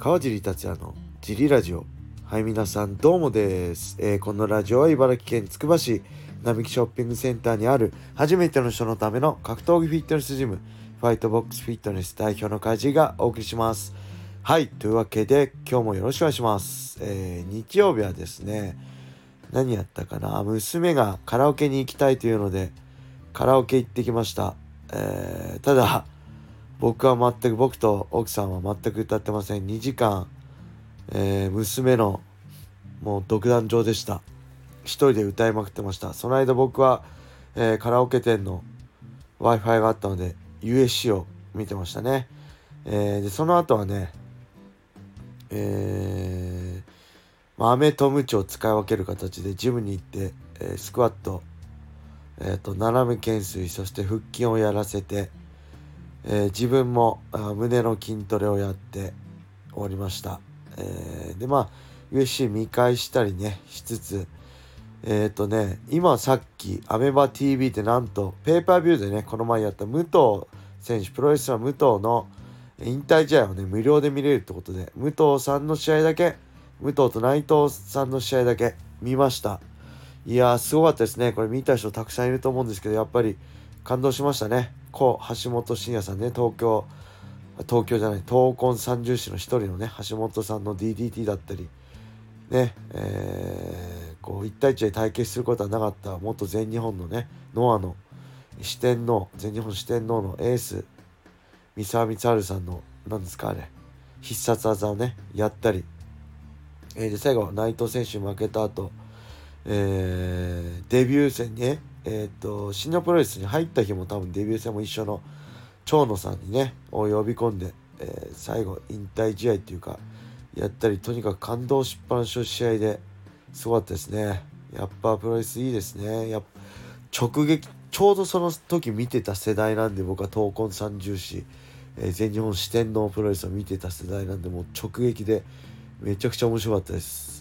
川尻達也のジリラジオ。はい、皆さんどうもです。このラジオは茨城県つくば市並木ショッピングセンターにある初めての人のための格闘技フィットネスジム、ファイトボックスフィットネス代表のカジがお送りします。はい、というわけで今日もよろしくお願いします。日曜日はですね、何やったかな、娘がカラオケに行きたいというのでカラオケ行ってきました。ただ僕と奥さんは全く歌ってません。2時間、娘のもう独壇場でした。一人で歌いまくってました。その間僕は、カラオケ店の Wi-Fi があったので USC を見てましたね。でその後はね、飴とムチを使い分ける形でジムに行って、スクワット、斜め懸垂、そして腹筋をやらせて、自分も胸の筋トレをやっておりました。でUSC 見返したりねしつつ、今さっきアメバ TV ってなんとペーパービューでね、この前やった武藤選手、プロレスラー武藤の引退試合をね無料で見れるってことで、武藤さんの試合だけ、武藤と内藤さんの試合だけ見ました。いやーすごかったですね。これ見た人たくさんいると思うんですけど、やっぱり感動しましたね。橋本真也さんね、東根三重士の一人のね橋本さんの DDT だったりね、1対1で対決することはなかった元全日本のねノアの全日本四天王のエース三沢光晴さんの何ですかあれ必殺技をねやったり、で最後内藤選手に負けた後、デビュー戦にね新日本プロレスに入った日も多分デビュー戦も一緒の長野さんにねを呼び込んで、最後引退試合っていうかやったり、とにかく感動しっぱなしの試合ですごかったですね。やっぱプロレスいいですね。直撃、ちょうどその時見てた世代なんで、僕は闘魂三重士、全日本四天王プロレスを見てた世代なんで、もう直撃でめちゃくちゃ面白かったです。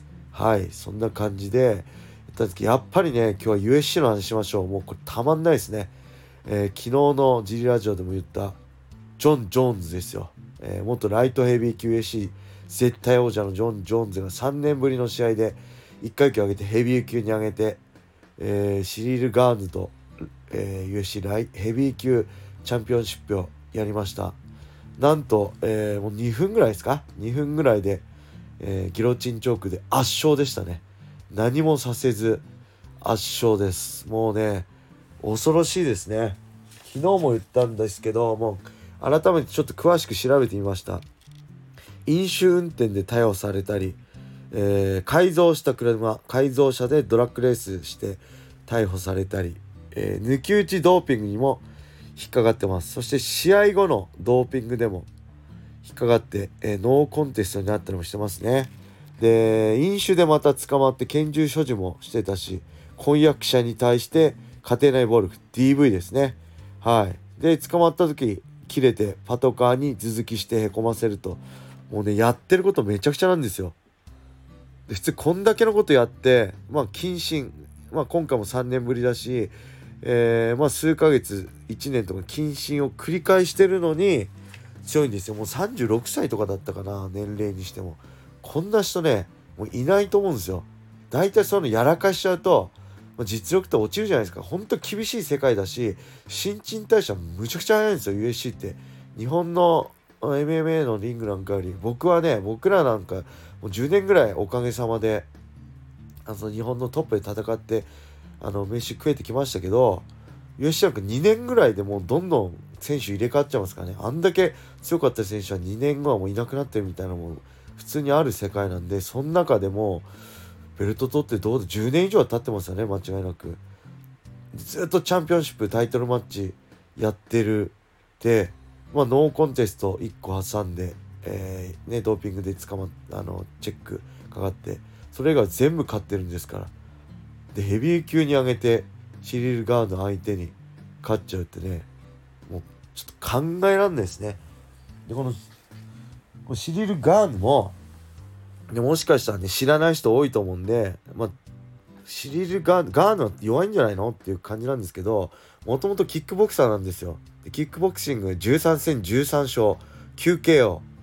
はい、そんな感じでやっぱりね、今日は USC の話しましょう。もうこれたまんないですね。昨日のジリラジオでも言ったジョン・ジョーンズですよ。元ライトヘビー級 USC 絶対王者のジョン・ジョーンズが3年ぶりの試合で1階級上げてヘビー級に上げて、シリル・ガーヌと、USC ヘビー級チャンピオンシップをやりました。なんと、もう2分ぐらいですか、2分ぐらいで、ギロチンチョークで圧勝でしたね。何もさせず圧勝です。もうね恐ろしいですね。昨日も言ったんですけど、もう改めてちょっと詳しく調べてみました。飲酒運転で逮捕されたり、改造車でドラッグレースして逮捕されたり、抜き打ちドーピングにも引っかかってます。そして試合後のドーピングでも引っかかって、ノーコンテストになったりもしてますね。で飲酒でまた捕まって拳銃所持もしてたし、婚約者に対して家庭内暴力 DV ですね。はい。で捕まった時切れてパトカーに頭突きしてへこませると、もうねやってることめちゃくちゃなんですよ。で普通こんだけのことやって謹慎、今回も3年ぶりだし、数ヶ月1年とか謹慎を繰り返してるのに強いんですよ。もう36歳とかだったかな、年齢にしても。こんな人ねもういないと思うんですよ。だいたいそういうのやらかしちゃうと実力って落ちるじゃないですか。本当厳しい世界だし、新陳代謝むちゃくちゃ早いんですよ USC って。日本の MMA のリングなんかより僕らなんかもう10年ぐらいおかげさまで日本のトップで戦って飯食えてきましたけど、 USC なんか2年ぐらいでもうどんどん選手入れ替わっちゃいますからね。あんだけ強かった選手は2年後はもういなくなってるみたいなのも普通にある世界なんで、その中でもベルト取って10年以上は経ってますよね、間違いなく。ずっとチャンピオンシップタイトルマッチやってる。でノーコンテスト1個挟んで、ドーピングでチェックかかって、それ以外全部勝ってるんですから。でヘビー級に上げてシリル・ガーの相手に勝っちゃうってね、もうちょっと考えらんないですね。でこのシリル・ガーヌももしかしたらね知らない人多いと思うんで、シリル・ガーヌは弱いんじゃないのっていう感じなんですけど、もともとキックボクサーなんですよ。でキックボクシング13戦13勝 9KO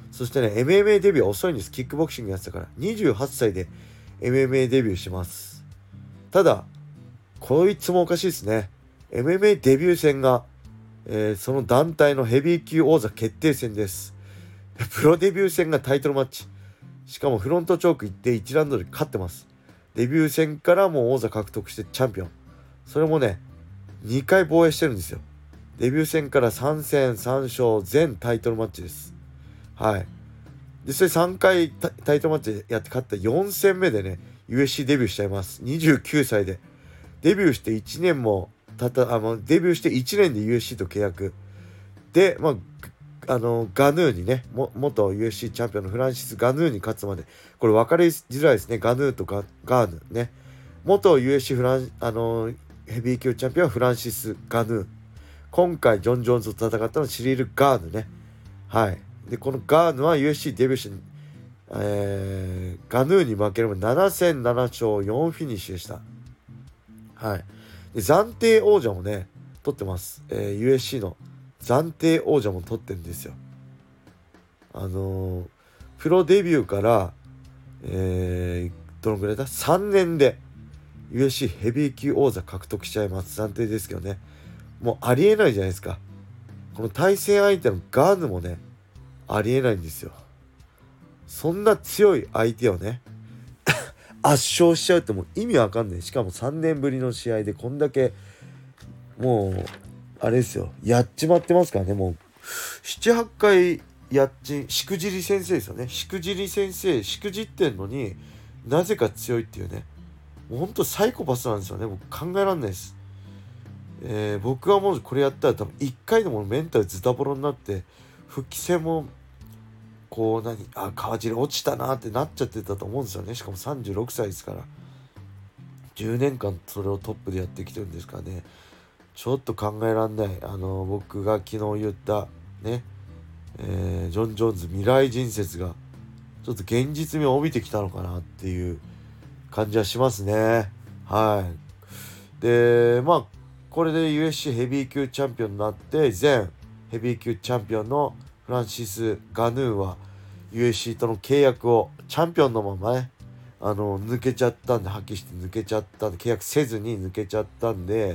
そしてね MMA デビューは遅いんです。キックボクシングやってたから28歳で MMA デビューします。ただこいつもおかしいですね。 MMA デビュー戦が、その団体のヘビー級王座決定戦です。プロデビュー戦がタイトルマッチ、しかもフロントチョーク行って1ラウンドで勝ってます。デビュー戦からもう王座獲得してチャンピオン、それもね2回防衛してるんですよ。デビュー戦から3戦3勝全タイトルマッチです。はい。でそれ3回タイトルマッチやって勝った4戦目でね USC デビューしちゃいます。29歳でデビューして1年もデビューして1年で USC と契約で、ガヌーにね元 USC チャンピオンのフランシス・ガヌーに勝つまで、これ分かりづらいですね。ガヌーとガーヌね。元 USC ヘビー級チャンピオンはフランシス・ガヌー、今回ジョン・ジョーンズと戦ったのはシリル・ガーヌね。はい。でこのガーヌは USC デビューして、ガヌーに負けるも7戦7勝4フィニッシュでした。はい。で暫定王者もね取ってます。USC の暫定王者も取ってるんですよ。プロデビューから、どのぐらいだ3年で USC ヘビー級王座獲得しちゃいます。暫定ですけどね、もうありえないじゃないですか。この対戦相手のガーヌもねありえないんですよ。そんな強い相手をね圧勝しちゃうってもう意味わかんない。しかも3年ぶりの試合でこんだけもうあれですよ、やっちまってますからね。もう 7,8 回しくじり先生ですよね。しくじり先生しくじってんのになぜか強いっていうね、もうほんとサイコパスなんですよね。僕考えらんないです。僕はもうこれやったら多分1回でもメンタルズタボロになって復帰戦もこう川尻落ちたなってなっちゃってたと思うんですよね。しかも36歳ですから、10年間それをトップでやってきてるんですからね。ちょっと考えらんない。僕が昨日言ったね、ジョン・ジョーンズ未来人説がちょっと現実味を帯びてきたのかなっていう感じはしますね。はい。でこれで USC ヘビー級チャンピオンになって、前ヘビー級チャンピオンのフランシス・ガヌーは USC との契約をチャンピオンのままね抜けちゃったんで、破棄して抜けちゃったんで、契約せずに抜けちゃったんで、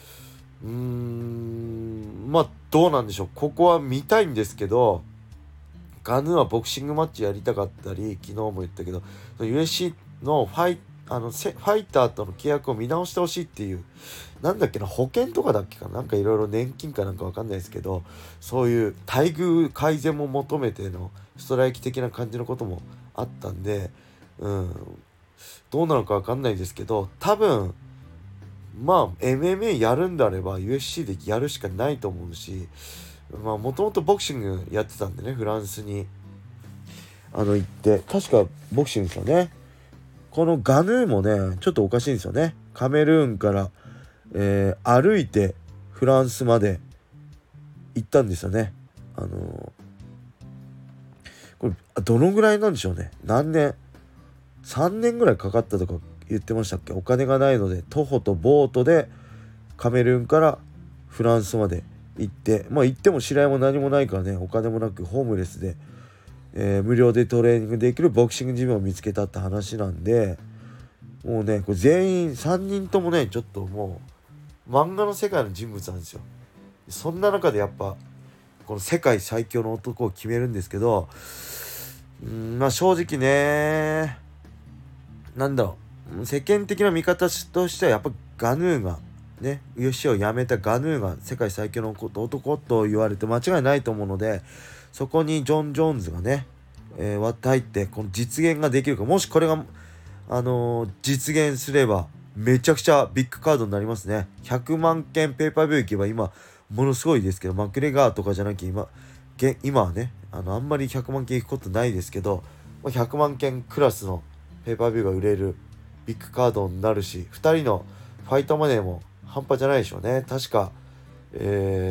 どうなんでしょう。ここは見たいんですけど、ガヌーはボクシングマッチやりたかったり、昨日も言ったけど USC のファイターとの契約を見直してほしいっていう、なんだっけな、保険とかだっけかなんかいろいろ年金かなんかわかんないですけど、そういう待遇改善も求めてのストライキ的な感じのこともあったんで、どうなのかわかんないですけど、多分MMA やるんであれば USC でやるしかないと思うし、もともとボクシングやってたんでね、フランスに行って確かボクシングですよね。このガヌーもねちょっとおかしいんですよね。カメルーンから、歩いてフランスまで行ったんですよね。これどのぐらいなんでしょうね。何年3年ぐらいかかったとか言ってましたっけ。お金がないので徒歩とボートでカメルーンからフランスまで行って、行っても知り合いも何もないからね、お金もなくホームレスで、無料でトレーニングできるボクシングジムを見つけたって話なんで、もうねこれ全員3人ともねちょっともう漫画の世界の人物なんですよ。そんな中でやっぱこの世界最強の男を決めるんですけど、正直ね、なんだろう、世間的な見方としてはやっぱガヌーがね、UFC を辞めたガヌーが世界最強の男と言われて間違いないと思うので、そこにジョン・ジョーンズがね、割って入ってこの実現ができるか。もしこれが実現すればめちゃくちゃビッグカードになりますね。100万件ペーパービュー行けば今ものすごいですけど、マクレガーとかじゃなきゃ今はねあんまり100万件行くことないですけど、100万件クラスのペーパービューが売れるビッグカードになるし、2人のファイトマネーも半端じゃないでしょうね。確か、ガ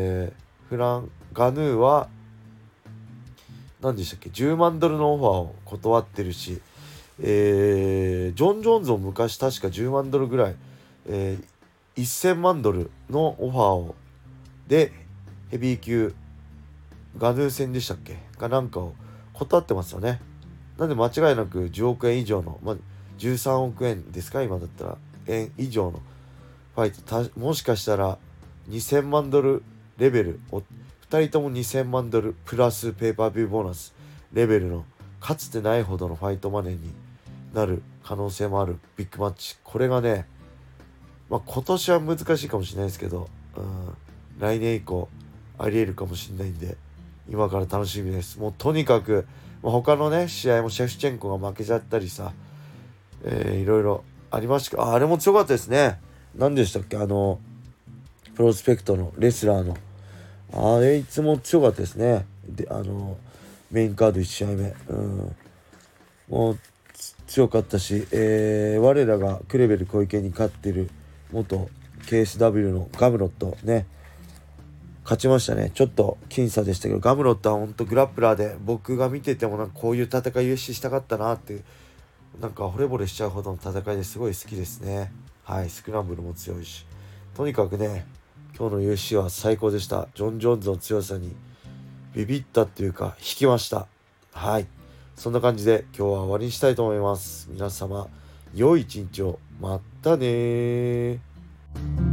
ヌーは何でしたっけ、10万ドルのオファーを断ってるし、ジョン・ジョーンズも昔確か10万ドルぐらい、1000万ドルのオファーをでヘビー級ガヌー戦でしたっけかなんかを断ってますよね。なんで間違いなく10億円以上の、13億円ですか今だったら、円以上のファイト、もしかしたら2000万ドルレベルを、2人とも2000万ドルプラスペーパービューボーナスレベルのかつてないほどのファイトマネーになる可能性もあるビッグマッチ。これがね、今年は難しいかもしれないですけど、来年以降あり得るかもしれないんで、今から楽しみです。もうとにかく、他のね試合もシェフチェンコが負けちゃったりさ、いろいろありましたけど、あれも強かったですね。何でしたっけ、プロスペクトのレスラーのあれいつも強かったですね。でメインカード1試合目、もう強かったし、我らがクレベル小池に勝ってる元 KSW のガムロットね、勝ちましたね。ちょっと僅差でしたけど、ガムロットは本当グラップラーで、僕が見ててもなんかこういう戦い UFC したかったなって、なんか惚れ惚れしちゃうほどの戦いですごい好きですね。はい、スクランブルも強いし、とにかくね今日の UFC は最高でした。ジョン・ジョーンズの強さにビビったっていうか引きました。はい、そんな感じで今日は終わりにしたいと思います。皆様良い一日を。またねー。